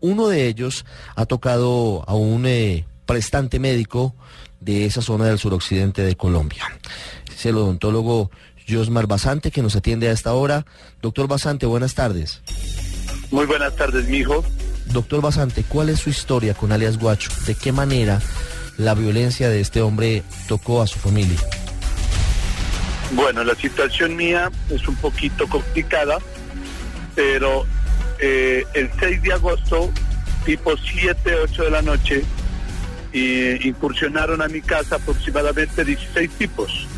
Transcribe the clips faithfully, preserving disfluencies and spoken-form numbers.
Uno de ellos ha tocado a un eh, prestante médico de esa zona del suroccidente de Colombia. Es el odontólogo Josmar Basante, que nos atiende a esta hora. Doctor Basante, buenas tardes. Muy buenas tardes, mijo. Doctor Basante, ¿cuál es su historia con alias Guacho? ¿De qué manera la violencia de este hombre tocó a su familia? Bueno, la situación mía es un poquito complicada, pero eh, el seis de agosto, tipo siete, ocho de la noche, eh, incursionaron a mi casa aproximadamente dieciséis tipos,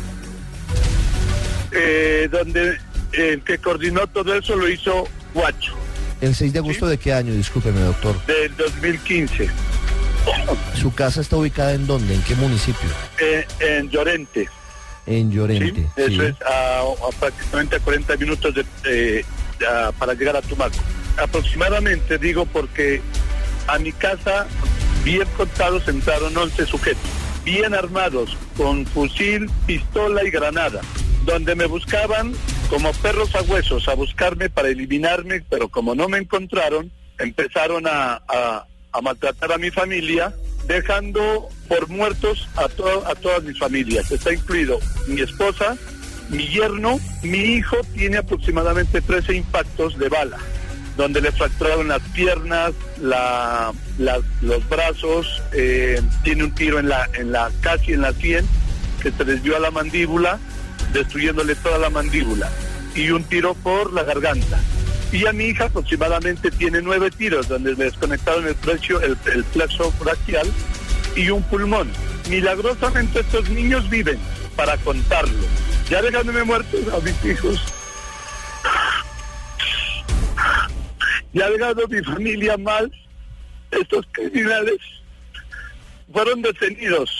eh, donde el que coordinó todo eso lo hizo Guacho. ¿El seis de agosto ¿Sí? de qué año? Discúlpeme, doctor. Del dos mil quince. ¿Su casa está ubicada en dónde? ¿En qué municipio? Eh, en Llorente. En Llorente. ¿Sí? Eso sí. es a, a prácticamente a cuarenta minutos de, eh, a, para llegar a Tumaco. Aproximadamente, digo, porque a mi casa, bien contados, entraron once sujetos, bien armados, con fusil, pistola y granada, donde me buscaban como perros a huesos, a buscarme para eliminarme, pero como no me encontraron, empezaron a, a, a maltratar a mi familia, dejando por muertos a, to a todas mis familias. Está incluido mi esposa, mi yerno, mi hijo tiene aproximadamente trece impactos de bala, donde le fracturaron las piernas, la, las, los brazos, eh, tiene un tiro en la, en la, casi en la sien, que se desvió a la mandíbula, destruyéndole toda la mandíbula, y un tiro por la garganta. Y a mi hija aproximadamente tiene nueve tiros, donde le desconectaron el plexo, el, el plexo braquial y un pulmón. Milagrosamente estos niños viven para contarlo. Ya dejándome muertos a mis hijos, ya dejando a mi familia mal, estos criminales fueron detenidos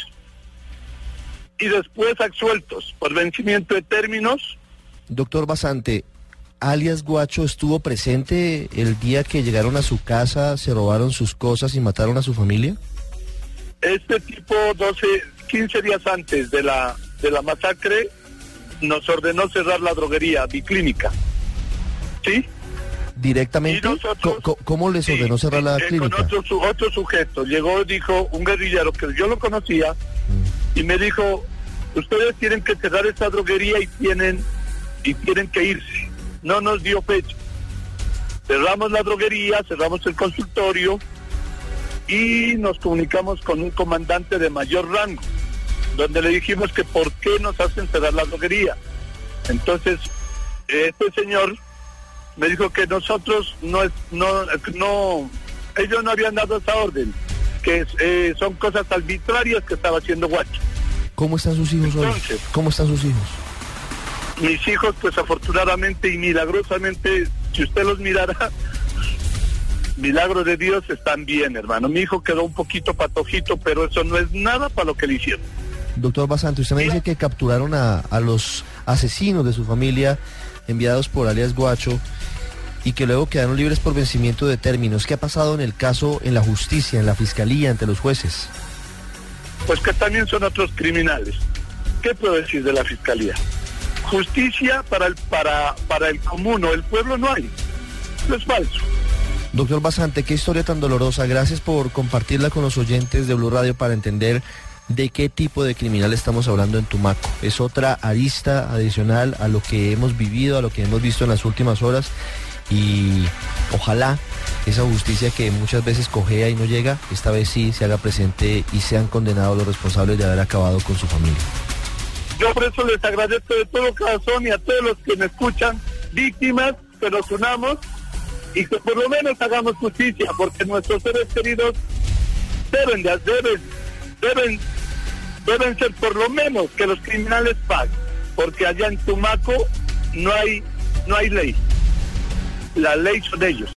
y después absueltos por vencimiento de términos. Doctor Basante, alias Guacho estuvo presente el día que llegaron a su casa, se robaron sus cosas y mataron a su familia. Este tipo, doce, quince días antes de la, de la masacre, nos ordenó cerrar la droguería Biclínica. ¿Sí? ¿Directamente? Nosotros, ¿Cómo, ¿Cómo les ordenó sí, cerrar la eh, clínica? Con otro, su, otro sujeto. Llegó, dijo, un guerrillero que yo lo conocía, mm. y me dijo, ustedes tienen que cerrar esta droguería y tienen, y tienen que irse. No nos dio fecha. Cerramos la droguería, cerramos el consultorio y nos comunicamos con un comandante de mayor rango, donde le dijimos que por qué nos hacen cerrar la droguería. Entonces, este señor me dijo que nosotros no, no, no ellos no habían dado esa orden, que eh, son cosas arbitrarias que estaba haciendo Guacho. ¿Cómo están sus hijos Entonces, hoy? ¿Cómo están sus hijos? Mis hijos, pues afortunadamente y milagrosamente, si usted los mirara, milagro de Dios, están bien, hermano. Mi hijo quedó un poquito patojito, pero eso no es nada para lo que le hicieron. Doctor Basante, usted me dice que capturaron a, a los asesinos de su familia enviados por alias Guacho y que luego quedaron libres por vencimiento de términos. ¿Qué ha pasado en el caso, en la justicia, en la fiscalía, ante los jueces? Pues que también son otros criminales. ¿Qué puedo decir de la fiscalía? Justicia para el, para, para el común o el pueblo no hay. Eso es falso. Doctor Basante, qué historia tan dolorosa. Gracias por compartirla con los oyentes de Blue Radio para entender de qué tipo de criminal estamos hablando en Tumaco. Es otra arista adicional a lo que hemos vivido, a lo que hemos visto en las últimas horas, y ojalá esa justicia que muchas veces cojea y no llega, esta vez sí se haga presente y sean condenados los responsables de haber acabado con su familia. Yo por eso les agradezco de todo corazón y a todos los que me escuchan, víctimas, que nos unamos y que por lo menos hagamos justicia, porque nuestros seres queridos deben, de, deben, deben, deben ser por lo menos que los criminales paguen, porque allá en Tumaco no hay, no hay ley. La ley son ellos.